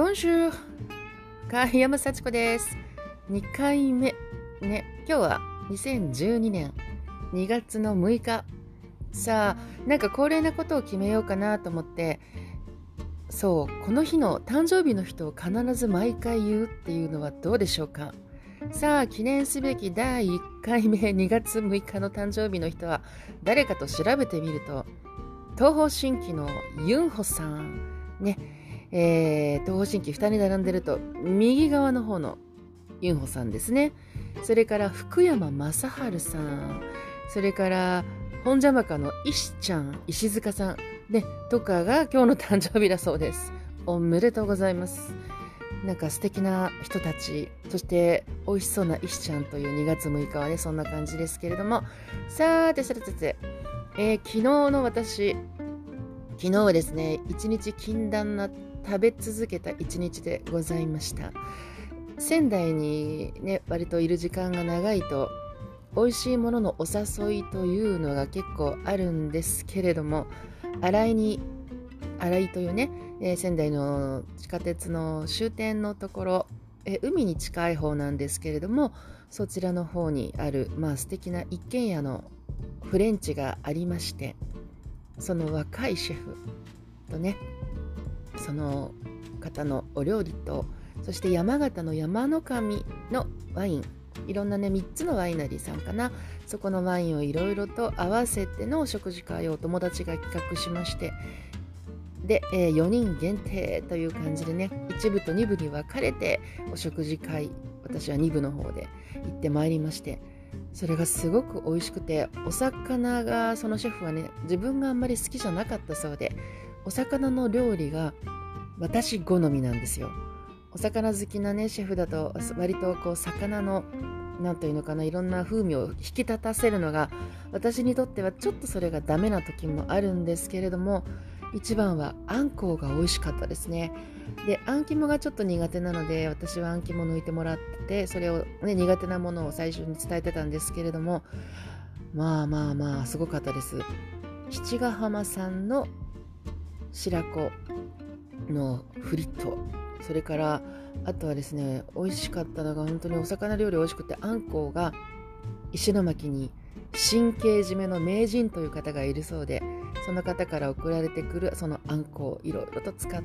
ボンジュール、貝山幸子です。2回目ね。今日は2012年2月の6日。さあ、なんか恒例なことを決めようかなと思って、この日の誕生日の人を必ず毎回言うっていうのはどうでしょうか。さあ、記念すべき第1回目2月6日の誕生日の人は誰かと調べてみると、東方神起のユンホさんね。東方神起2人並んでると右側の方のユンホさんですね。それから福山雅治さん、それから本邪魔家の石ちゃん、石塚さんねとかが今日の誕生日だそうです。おめでとうございます。なんか素敵な人たち、そして美味しそうな石ちゃんという2月6日はねそんな感じですけれども、さて、昨日の私、昨日はですね一日禁断な食べ続けた一日でございました。仙台にね割といる時間が長いと美味しいもののお誘いというのが結構あるんですけれども、新井というね、仙台の地下鉄の終点のところ、海に近い方なんですけれども、そちらの方にある素敵な一軒家のフレンチがありまして、その若いシェフとね、その方のお料理と、そして山形の山の神のワイン、いろんなね3つのワイナリーさんかな、そこのワインをいろいろと合わせてのお食事会をお友達が企画しまして、で、4人限定という感じでね、1部と2部に分かれてお食事会、私は2部の方で行ってまいりまして、それがすごく美味しくて、お魚がそのシェフはね自分があんまり好きじゃなかったそうで、お魚の料理が私好みなんですよ。お魚好きなねシェフだと割とこう魚のなんというのかな、いろんな風味を引き立たせるのが私にとってはちょっとそれがダメな時もあるんですけれども、一番はあんこうが美味しかったですね。で、あん肝がちょっと苦手なので、私はあん肝抜いてもらって、それをね苦手なものを最初に伝えてたんですけれども、すごかったです。七ヶ浜産の白子のフリット、それからあとはですね、美味しかったのが本当にお魚料理美味しくて、あんこうが石巻に神経締めの名人という方がいるそうで、その方から送られてくるそのあんこをいろいろと使って、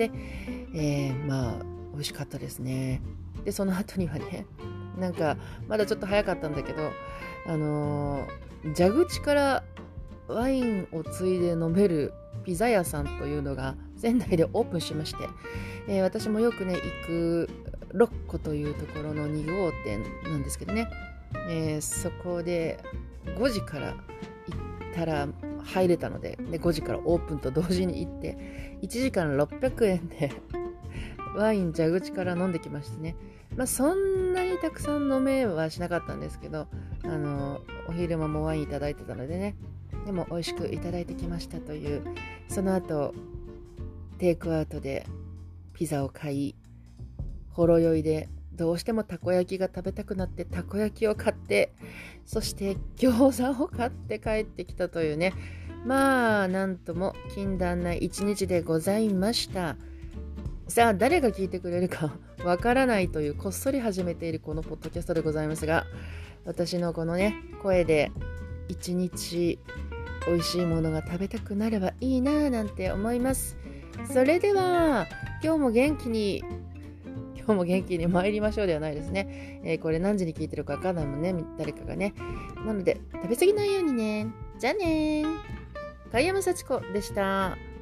美味しかったですね。で、その後にはね、なんかまだちょっと早かったんだけど、蛇口からワインをついで飲めるピザ屋さんというのが仙台でオープンしまして、私もよくね行くロッコというところの2号店なんですけどね、そこで5時から行ったら入れたので、5時からオープンと同時に行って1時間600円でワイン蛇口から飲んできましてね、そんなにたくさん飲めはしなかったんですけど、お昼間もワインいただいてたのでね、でも美味しくいただいてきましたという。その後テイクアウトでピザを買い、ほろ酔いでどうしてもたこ焼きが食べたくなってたこ焼きを買って、そして餃子を買って帰ってきたというね、なんとも禁断な一日でございました。さあ、誰が聞いてくれるかわからないというこっそり始めているこのポッドキャストでございますが、私のこのね声で一日美味しいものが食べたくなればいいななんて思います。それでは今日も元気に参りましょうではないですね。これ何時に聞いてるかわかんないもんね、誰かがね。なので食べ過ぎないようにね。じゃあねー。貝山幸子でした。